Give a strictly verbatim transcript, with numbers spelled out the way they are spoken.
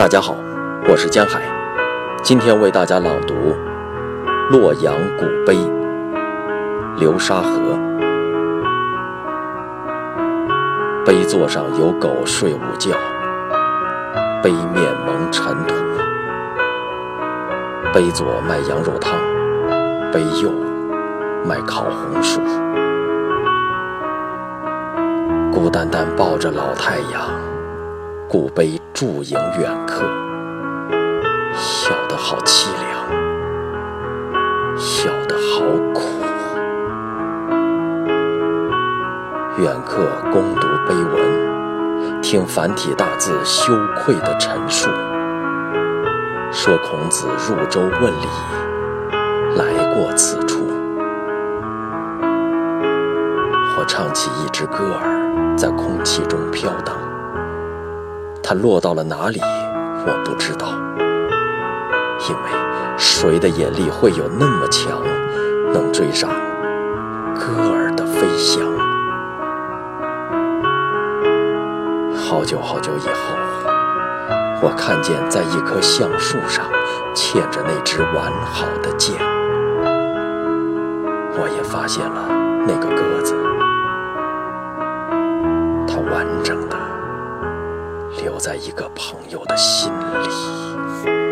大家好，我是江海，今天为大家朗读《洛阳古碑》流沙河。碑座上有狗睡午觉，碑面蒙尘土。碑左卖羊肉汤，碑右卖烤红薯。孤单单抱着老太阳，古碑驻迎远客，笑得好凄凉，笑得好苦。远客攻读碑文，听繁体大字羞愧的陈述，说孔子入周问礼，来过此处。或唱起一支歌儿，在空气中飘荡，它落到了哪里，我不知道，因为谁的眼力会有那么强，能追上歌儿的飞翔？好久好久以后，我看见在一棵橡树上嵌着那支完好的剑，我也发现了那个鸽子，它完整的留在一个朋友的心里。